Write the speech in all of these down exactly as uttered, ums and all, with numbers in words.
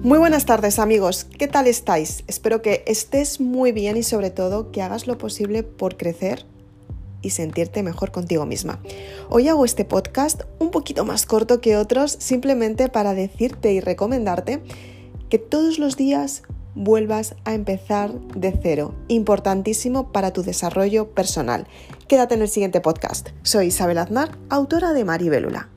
Muy buenas tardes amigos, ¿qué tal estáis? Espero que estés muy bien y sobre todo que hagas lo posible por crecer y sentirte mejor contigo misma. Hoy hago este podcast un poquito más corto que otros simplemente para decirte y recomendarte que todos los días vuelvas a empezar de cero. Importantísimo para tu desarrollo personal. Quédate en el siguiente podcast. Soy Isabel Aznar, autora de Maribélula.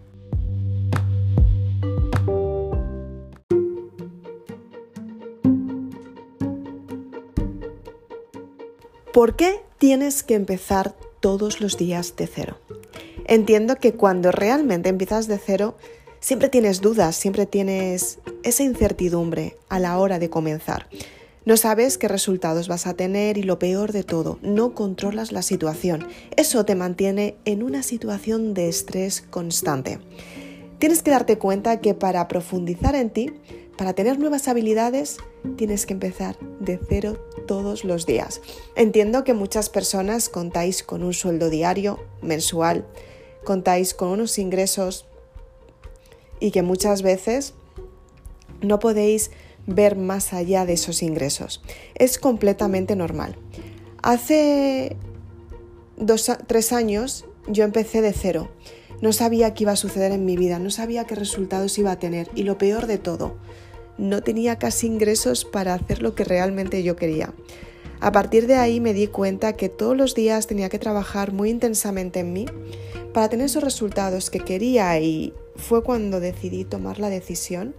¿Por qué tienes que empezar todos los días de cero? Entiendo que cuando realmente empiezas de cero, siempre tienes dudas, siempre tienes esa incertidumbre a la hora de comenzar. No sabes qué resultados vas a tener y lo peor de todo, no controlas la situación. Eso te mantiene en una situación de estrés constante. Tienes que darte cuenta que para profundizar en ti, para tener nuevas habilidades, tienes que empezar de cero todos los días. Entiendo que muchas personas contáis con un sueldo diario, mensual, contáis con unos ingresos y que muchas veces no podéis ver más allá de esos ingresos. Es completamente normal. Hace dos, tres años yo empecé de cero. No sabía qué iba a suceder en mi vida, no sabía qué resultados iba a tener y lo peor de todo, no tenía casi ingresos para hacer lo que realmente yo quería. A partir de ahí me di cuenta que todos los días tenía que trabajar muy intensamente en mí para tener esos resultados que quería y fue cuando decidí tomar la decisión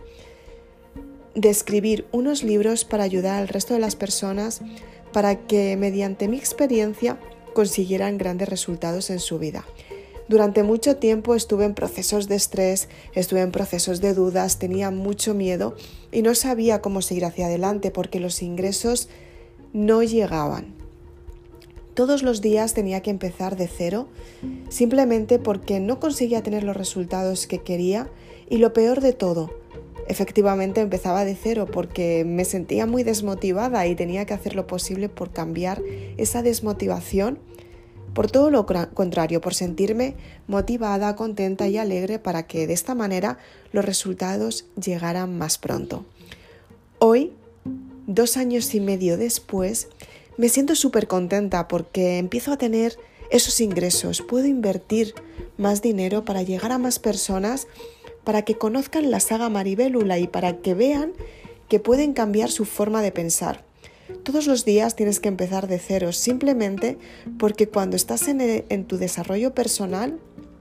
de escribir unos libros para ayudar al resto de las personas para que mediante mi experiencia consiguieran grandes resultados en su vida. Durante mucho tiempo estuve en procesos de estrés, estuve en procesos de dudas, tenía mucho miedo y no sabía cómo seguir hacia adelante porque los ingresos no llegaban. Todos los días tenía que empezar de cero, simplemente porque no conseguía tener los resultados que quería y lo peor de todo, efectivamente empezaba de cero porque me sentía muy desmotivada y tenía que hacer lo posible por cambiar esa desmotivación. Por todo lo contrario, por sentirme motivada, contenta y alegre para que de esta manera los resultados llegaran más pronto. Hoy, dos años y medio después, me siento súper contenta porque empiezo a tener esos ingresos. Puedo invertir más dinero para llegar a más personas, para que conozcan la saga Maribélula y para que vean que pueden cambiar su forma de pensar. Todos los días tienes que empezar de cero, simplemente porque cuando estás en, el, en tu desarrollo personal,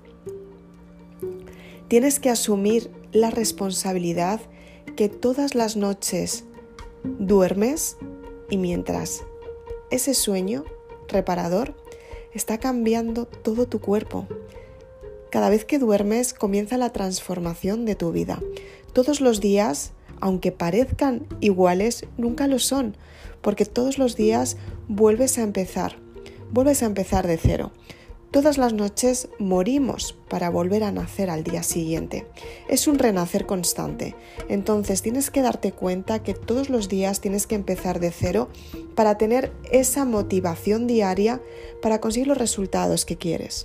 tienes que asumir la responsabilidad que todas las noches duermes y mientras ese sueño reparador está cambiando todo tu cuerpo. Cada vez que duermes comienza la transformación de tu vida. Todos los días, aunque parezcan iguales, nunca lo son, porque todos los días vuelves a empezar, vuelves a empezar de cero. Todas las noches morimos para volver a nacer al día siguiente. Es un renacer constante. Entonces tienes que darte cuenta que todos los días tienes que empezar de cero para tener esa motivación diaria para conseguir los resultados que quieres.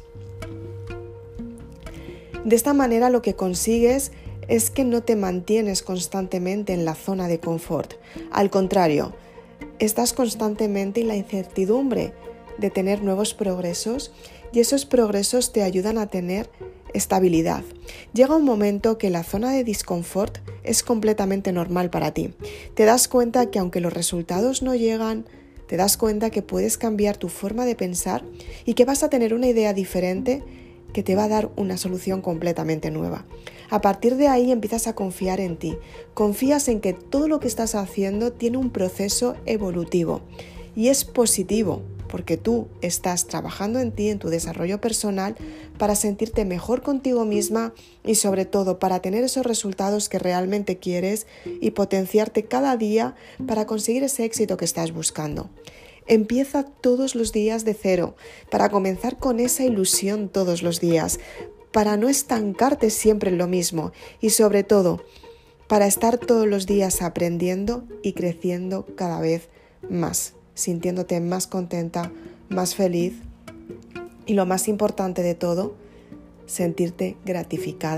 De esta manera lo que consigues es que no te mantienes constantemente en la zona de confort. Al contrario, estás constantemente en la incertidumbre de tener nuevos progresos y esos progresos te ayudan a tener estabilidad. Llega un momento que la zona de disconfort es completamente normal para ti. Te das cuenta que aunque los resultados no llegan, te das cuenta que puedes cambiar tu forma de pensar y que vas a tener una idea diferente que te va a dar una solución completamente nueva. A partir de ahí empiezas a confiar en ti. Confías en que todo lo que estás haciendo tiene un proceso evolutivo y es positivo porque tú estás trabajando en ti, en tu desarrollo personal para sentirte mejor contigo misma y sobre todo para tener esos resultados que realmente quieres y potenciarte cada día para conseguir ese éxito que estás buscando. Empieza todos los días de cero, para comenzar con esa ilusión todos los días, para no estancarte siempre en lo mismo y sobre todo, para estar todos los días aprendiendo y creciendo cada vez más, sintiéndote más contenta, más feliz y lo más importante de todo, sentirte gratificada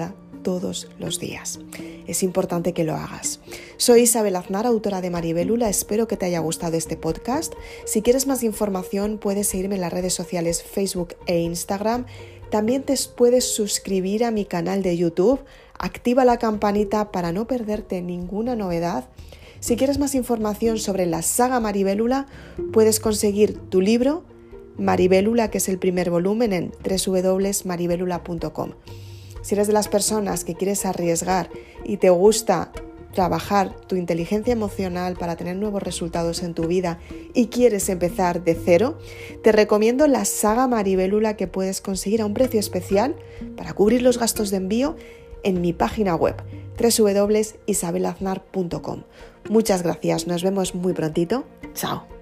todos los días. Es importante que lo hagas. Soy Isabel Aznar, autora de Maribélula. Espero que te haya gustado este podcast. Si quieres más información, puedes seguirme en las redes sociales Facebook e Instagram. También te puedes suscribir a mi canal de YouTube. Activa la campanita para no perderte ninguna novedad. Si quieres más información sobre la saga Maribélula, puedes conseguir tu libro Maribélula, que es el primer volumen, en doble u doble u doble u punto maribélula punto com. Si eres de las personas que quieres arriesgar y te gusta trabajar tu inteligencia emocional para tener nuevos resultados en tu vida y quieres empezar de cero, te recomiendo la saga Maribélula, que puedes conseguir a un precio especial para cubrir los gastos de envío en mi página web doble u doble u doble u punto isabel aznar punto com. Muchas gracias, nos vemos muy prontito. Chao.